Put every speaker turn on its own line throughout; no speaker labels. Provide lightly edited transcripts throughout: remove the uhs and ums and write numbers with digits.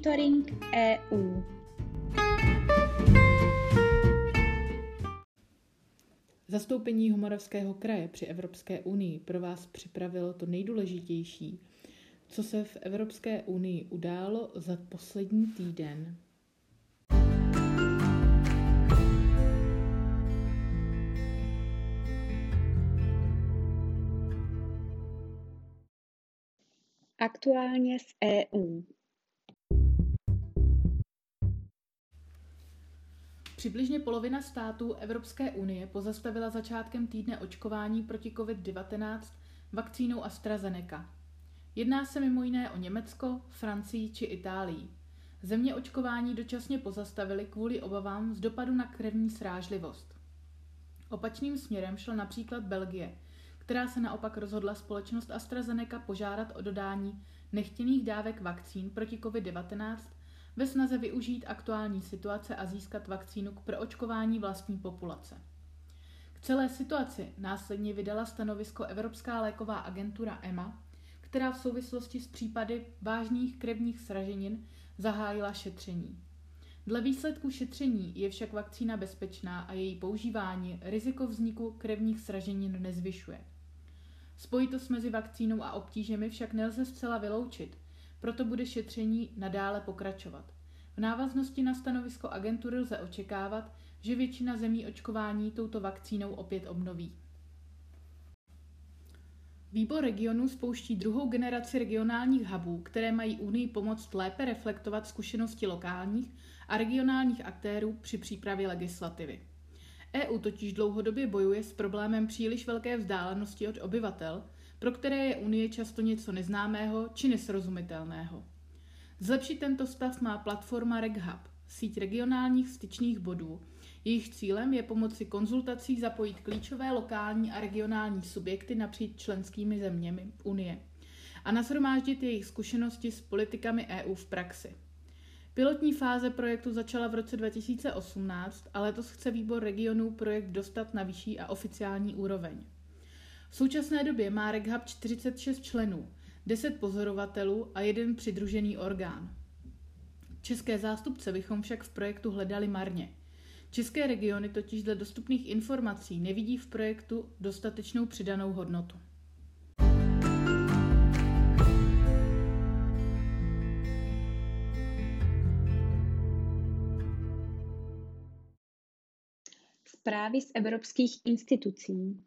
Monitoring EU.
Zastoupení Jihomoravského kraje při Evropské unii pro vás připravilo to nejdůležitější, co se v Evropské unii událo za poslední týden.
Aktuálně z EU.
Přibližně polovina států Evropské unie pozastavila začátkem týdne očkování proti COVID-19 vakcínou AstraZeneca. Jedná se mimo jiné o Německo, Francii či Itálii. Země očkování dočasně pozastavily kvůli obavám z dopadu na krevní srážlivost. Opačným směrem šla například Belgie, která se naopak rozhodla společnost AstraZeneca požádat o dodání nechtěných dávek vakcín proti COVID-19 ve snaze využít aktuální situace a získat vakcínu k proočkování vlastní populace. K celé situaci následně vydala stanovisko Evropská léková agentura EMA, která v souvislosti s případy vážných krevních sraženin zahájila šetření. Dle výsledků šetření je však vakcína bezpečná a její používání riziko vzniku krevních sraženin nezvyšuje. Spojitost mezi vakcínou a obtížemi však nelze zcela vyloučit, proto bude šetření nadále pokračovat. V návaznosti na stanovisko agentury lze očekávat, že většina zemí očkování touto vakcínou opět obnoví. Výbor regionů spouští druhou generaci regionálních hubů, které mají Unii pomoct lépe reflektovat zkušenosti lokálních a regionálních aktérů při přípravě legislativy. EU totiž dlouhodobě bojuje s problémem příliš velké vzdálenosti od obyvatel, pro které je Unie často něco neznámého či nesrozumitelného. Zlepšit tento stav má platforma RegHub, síť regionálních styčných bodů. Jejich cílem je pomocí konzultací zapojit klíčové lokální a regionální subjekty napříč členskými zeměmi Unie a nashromáždit jejich zkušenosti s politikami EU v praxi. Pilotní fáze projektu začala v roce 2018 a letos chce výbor regionů projekt dostat na vyšší a oficiální úroveň. V současné době má RegHub 46 členů, 10 pozorovatelů a 1 přidružený orgán. České zástupce bychom však v projektu hledali marně. České regiony totiž dle dostupných informací nevidí v projektu dostatečnou přidanou hodnotu.
Zprávy z evropských institucí.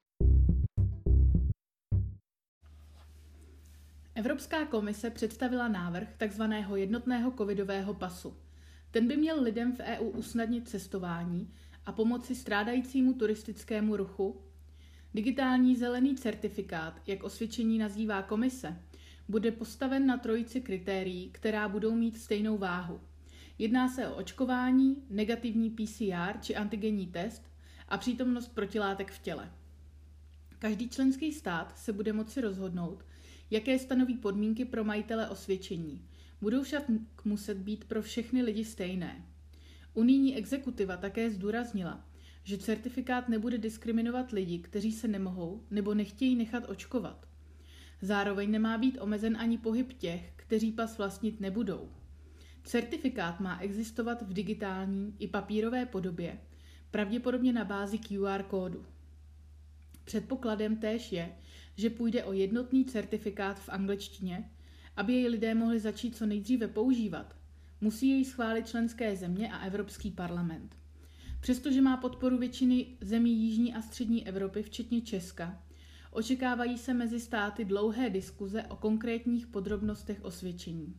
Evropská komise představila návrh tzv. Jednotného covidového pasu. Ten by měl lidem v EU usnadnit cestování a pomoci strádajícímu turistickému ruchu. Digitální zelený certifikát, jak osvědčení nazývá komise, bude postaven na trojici kritérií, která budou mít stejnou váhu. Jedná se o očkování, negativní PCR či antigenní test a přítomnost protilátek v těle. Každý členský stát se bude moci rozhodnout, jaké stanoví podmínky pro majitele osvědčení. Budou však muset být pro všechny lidi stejné. Unijní exekutiva také zdůraznila, že certifikát nebude diskriminovat lidi, kteří se nemohou nebo nechtějí nechat očkovat. Zároveň nemá být omezen ani pohyb těch, kteří pas vlastnit nebudou. Certifikát má existovat v digitální i papírové podobě, pravděpodobně na bázi QR kódu. Předpokladem též je, že půjde o jednotný certifikát v angličtině, aby jej lidé mohli začít co nejdříve používat. Musí jej schválit členské země a Evropský parlament. Přestože má podporu většiny zemí jižní a střední Evropy, včetně Česka, očekávají se mezi státy dlouhé diskuze o konkrétních podrobnostech osvědčení.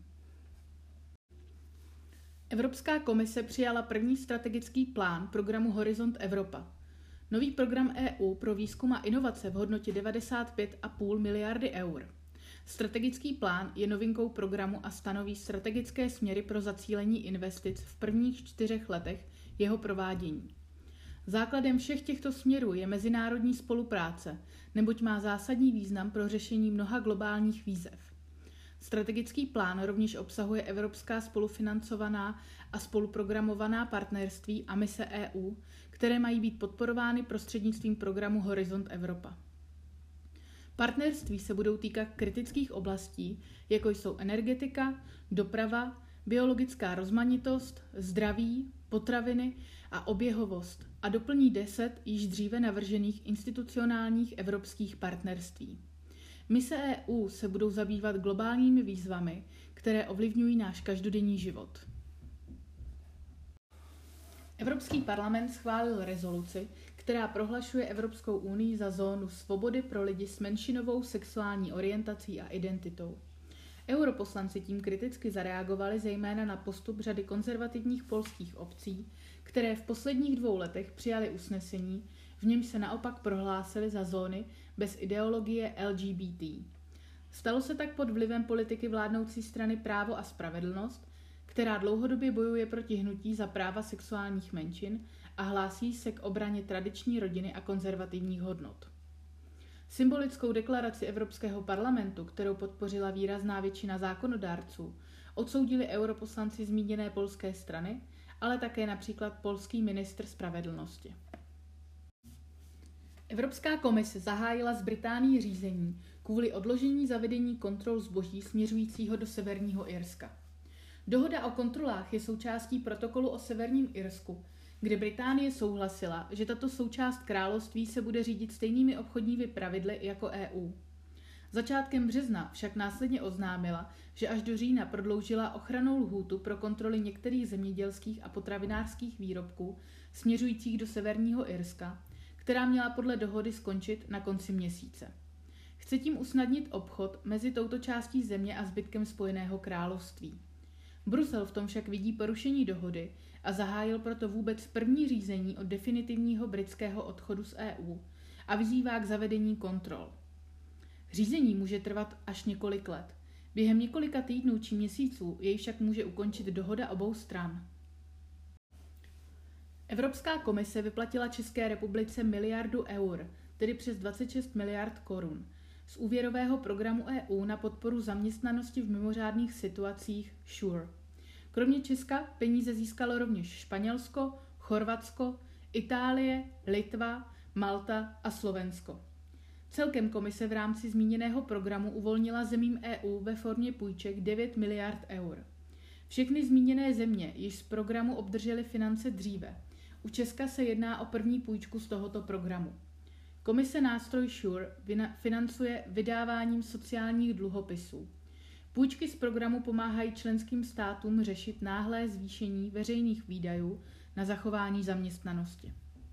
Evropská komise přijala první strategický plán programu Horizont Evropa. Nový program EU pro výzkum a inovace v hodnotě 95,5 miliardy eur. Strategický plán je novinkou programu a stanoví strategické směry pro zacílení investic v prvních 4 letech jeho provádění. Základem všech těchto směrů je mezinárodní spolupráce, neboť má zásadní význam pro řešení mnoha globálních výzev. Strategický plán rovněž obsahuje evropská spolufinancovaná a spoluprogramovaná partnerství a mise EU, které mají být podporovány prostřednictvím programu Horizont Evropa. Partnerství se budou týkat kritických oblastí, jako jsou energetika, doprava, biologická rozmanitost, zdraví, potraviny a oběhovost a doplní 10 již dříve navržených institucionálních evropských partnerství. Mise EU se budou zabývat globálními výzvami, které ovlivňují náš každodenní život. Evropský parlament schválil rezoluci, která prohlašuje Evropskou unii za zónu svobody pro lidi s menšinovou sexuální orientací a identitou. Europoslanci tím kriticky zareagovali zejména na postup řady konzervativních polských obcí, které v posledních 2 letech přijali usnesení, v němž se naopak prohlásili za zóny bez ideologie LGBT. Stalo se tak pod vlivem politiky vládnoucí strany Právo a spravedlnost, která dlouhodobě bojuje proti hnutí za práva sexuálních menšin a hlásí se k obraně tradiční rodiny a konzervativních hodnot. Symbolickou deklaraci Evropského parlamentu, kterou podpořila výrazná většina zákonodárců, odsoudili europoslanci zmíněné polské strany, ale také například polský ministr spravedlnosti. Evropská komise zahájila s Británií řízení kvůli odložení zavedení kontrol zboží směřujícího do Severního Irska. Dohoda o kontrolách je součástí protokolu o Severním Irsku, kde Británie souhlasila, že tato součást království se bude řídit stejnými obchodními pravidly jako EU. Začátkem března však následně oznámila, že až do října prodloužila ochrannou lhůtu pro kontroly některých zemědělských a potravinářských výrobků směřujících do Severního Irska, která měla podle dohody skončit na konci měsíce. Chce tím usnadnit obchod mezi touto částí země a zbytkem Spojeného království. Brusel v tom však vidí porušení dohody a zahájil proto vůbec první řízení od definitivního britského odchodu z EU a vyzývá k zavedení kontrol. Řízení může trvat až několik let. Během několika týdnů či měsíců jej však může ukončit dohoda obou stran. Evropská komise vyplatila České republice 1 miliardu eur, tedy přes 26 miliard korun, z úvěrového programu EU na podporu zaměstnanosti v mimořádných situacích SURE. Kromě Česka peníze získalo rovněž Španělsko, Chorvatsko, Itálie, Litva, Malta a Slovensko. Celkem komise v rámci zmíněného programu uvolnila zemím EU ve formě půjček 9 miliard eur. Všechny zmíněné země již z programu obdržely finance dříve. U Česka se jedná o první půjčku z tohoto programu. Komise nástroj SURE financuje vydáváním sociálních dluhopisů. Půjčky z programu pomáhají členským státům řešit náhlé zvýšení veřejných výdajů na zachování zaměstnanosti.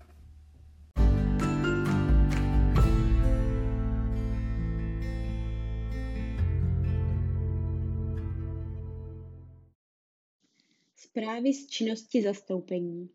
Zprávy z činnosti zastoupení.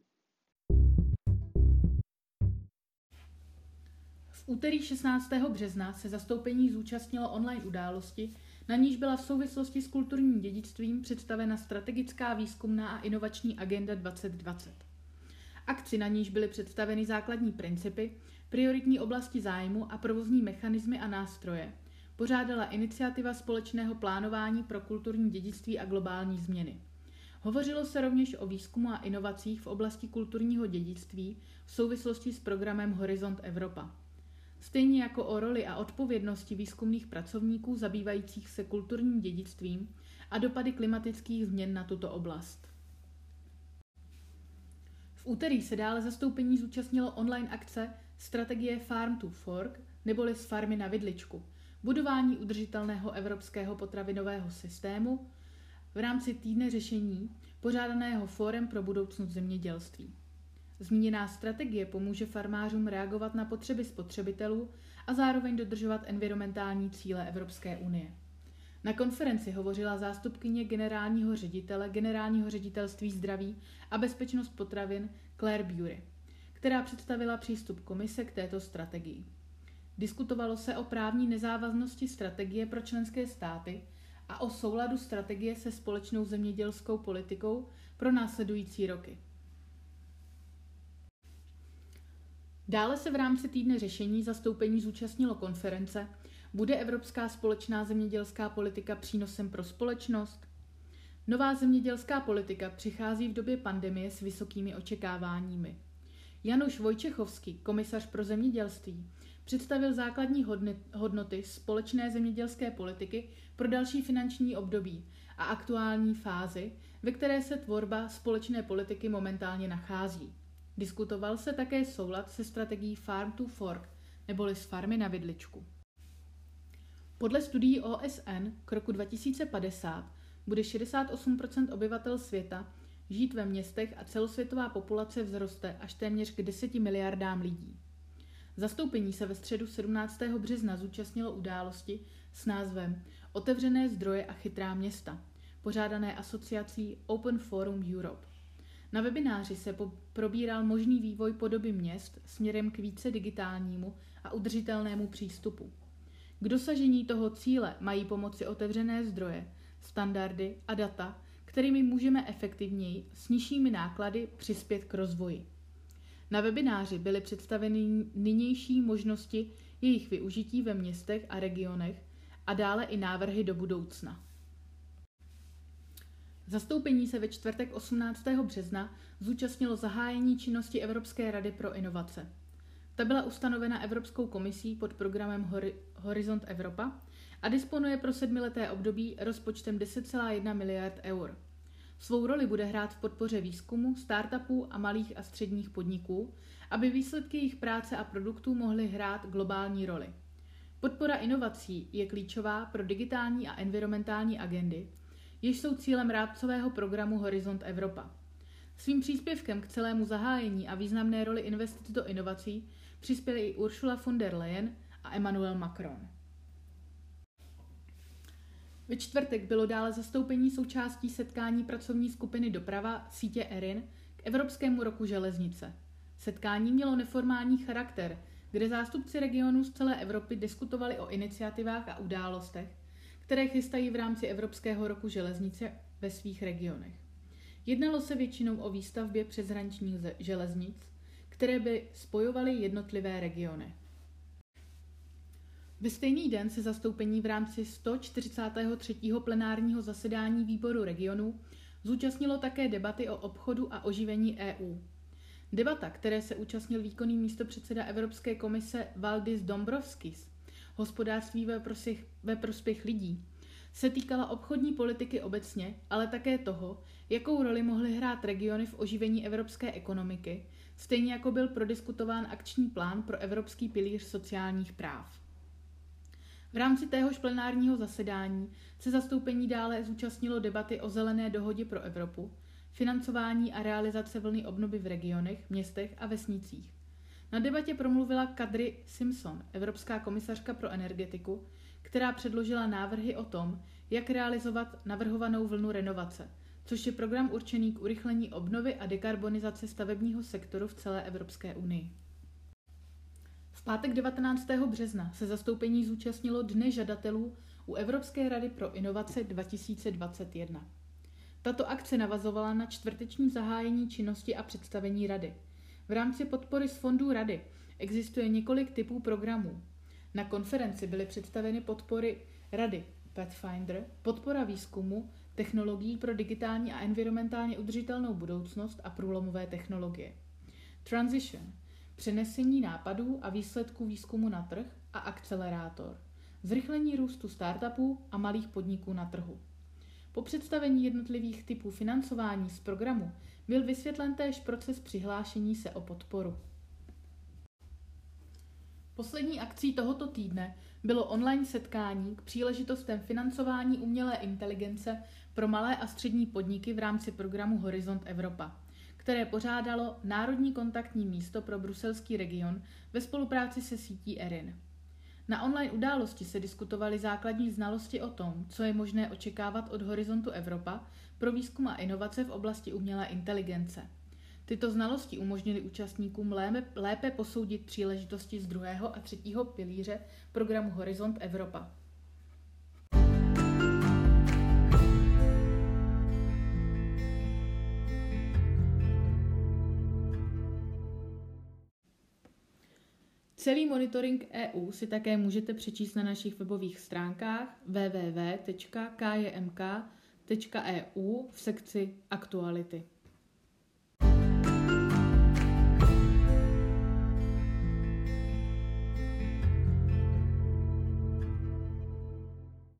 V úterý 16. března se zastoupení zúčastnilo online události, na níž byla v souvislosti s kulturním dědictvím představena strategická výzkumná a inovační agenda 2020. Akci, na níž byly představeny základní principy, prioritní oblasti zájmu a provozní mechanismy a nástroje, pořádala iniciativa společného plánování pro kulturní dědictví a globální změny. Hovořilo se rovněž o výzkumu a inovacích v oblasti kulturního dědictví v souvislosti s programem Horizont Evropa. Stejně jako o roli a odpovědnosti výzkumných pracovníků zabývajících se kulturním dědictvím a dopady klimatických změn na tuto oblast. V úterý se dále zastoupení zúčastnilo online akce Strategie Farm to Fork, neboli z farmy na vidličku, budování udržitelného evropského potravinového systému v rámci týdne řešení pořádaného Fórem pro budoucnost zemědělství. Zmíněná strategie pomůže farmářům reagovat na potřeby spotřebitelů a zároveň dodržovat environmentální cíle Evropské unie. Na konferenci hovořila zástupkyně generálního ředitele Generálního ředitelství zdraví a bezpečnost potravin Claire Bury, která představila přístup komise k této strategii. Diskutovalo se o právní nezávaznosti strategie pro členské státy a o souladu strategie se společnou zemědělskou politikou pro následující roky. Dále se v rámci týdne řešení zastoupení zúčastnilo konference Bude evropská společná zemědělská politika přínosem pro společnost? Nová zemědělská politika přichází v době pandemie s vysokými očekáváními. Januš Wojciechowski, komisař pro zemědělství, představil základní hodnoty společné zemědělské politiky pro další finanční období a aktuální fázi, ve které se tvorba společné politiky momentálně nachází. Diskutoval se také soulad se strategií Farm to Fork, neboli z farmy na vidličku. Podle studií OSN k roku 2050 bude 68% obyvatel světa žít ve městech a celosvětová populace vzroste až téměř k 10 miliardám lidí. Zastoupení se ve středu 17. března zúčastnilo události s názvem Otevřené zdroje a chytrá města, pořádané asociací Open Forum Europe. Na webináři se probíral možný vývoj podoby měst směrem k více digitálnímu a udržitelnému přístupu. K dosažení toho cíle mají pomoci otevřené zdroje, standardy a data, kterými můžeme efektivněji s nižšími náklady přispět k rozvoji. Na webináři byly představeny nynější možnosti jejich využití ve městech a regionech a dále i návrhy do budoucna. Zastoupení se ve čtvrtek 18. března zúčastnilo zahájení činnosti Evropské rady pro inovace. Ta byla ustanovena Evropskou komisí pod programem Horizont Evropa a disponuje pro 7leté období rozpočtem 10,1 miliard eur. Svou roli bude hrát v podpoře výzkumu, startupů a malých a středních podniků, aby výsledky jejich práce a produktů mohly hrát globální roli. Podpora inovací je klíčová pro digitální a environmentální agendy, jež jsou cílem rámcového programu Horizont Evropa. Svým příspěvkem k celému zahájení a významné roli investic do inovací přispěli i Ursula von der Leyen a Emmanuel Macron. Ve čtvrtek bylo dále zastoupení součástí setkání pracovní skupiny Doprava sítě ERIN k Evropskému roku železnice. Setkání mělo neformální charakter, kde zástupci regionů z celé Evropy diskutovali o iniciativách a událostech, které chystají v rámci Evropského roku železnice ve svých regionech. Jednalo se většinou o výstavbě přeshraničních železnic, které by spojovaly jednotlivé regiony. Ve stejný den se zastoupení v rámci 143. plenárního zasedání výboru regionů zúčastnilo také debaty o obchodu a oživení EU. Debata, které se účastnil výkonný místopředseda Evropské komise Valdis Dombrovskis, hospodářství ve prospěch lidí, se týkala obchodní politiky obecně, ale také toho, jakou roli mohly hrát regiony v oživení evropské ekonomiky, stejně jako byl prodiskutován akční plán pro evropský pilíř sociálních práv. V rámci téhož plenárního zasedání se zastoupení dále zúčastnilo debaty o zelené dohodě pro Evropu, financování a realizace vlny obnovy v regionech, městech a vesnicích. Na debatě promluvila Kadri Simpson, evropská komisařka pro energetiku, která předložila návrhy o tom, jak realizovat navrhovanou vlnu renovace, což je program určený k urychlení obnovy a dekarbonizace stavebního sektoru v celé Evropské unii. V pátek 19. března se zastoupení zúčastnilo Dne žadatelů u Evropské rady pro inovace 2021. Tato akce navazovala na čtvrteční zahájení činnosti a představení rady. V rámci podpory z fondů rady existuje několik typů programů. Na konferenci byly představeny podpory rady Pathfinder, podpora výzkumu, technologií pro digitální a environmentálně udržitelnou budoucnost a průlomové technologie. Transition, přenesení nápadů a výsledků výzkumu na trh a akcelerátor, zrychlení růstu startupů a malých podniků na trhu. Po představení jednotlivých typů financování z programu byl vysvětlen též proces přihlášení se o podporu. Poslední akcí tohoto týdne bylo online setkání k příležitostem financování umělé inteligence pro malé a střední podniky v rámci programu Horizont Evropa, které pořádalo Národní kontaktní místo pro bruselský region ve spolupráci se sítí ERIN. Na online události se diskutovaly základní znalosti o tom, co je možné očekávat od Horizontu Evropa pro výzkum a inovace v oblasti umělé inteligence. Tyto znalosti umožnily účastníkům lépe posoudit příležitosti z 2. a 3. pilíře programu Horizont Evropa. Celý monitoring EU si také můžete přečíst na našich webových stránkách www.kjmk.eu v sekci Aktuality.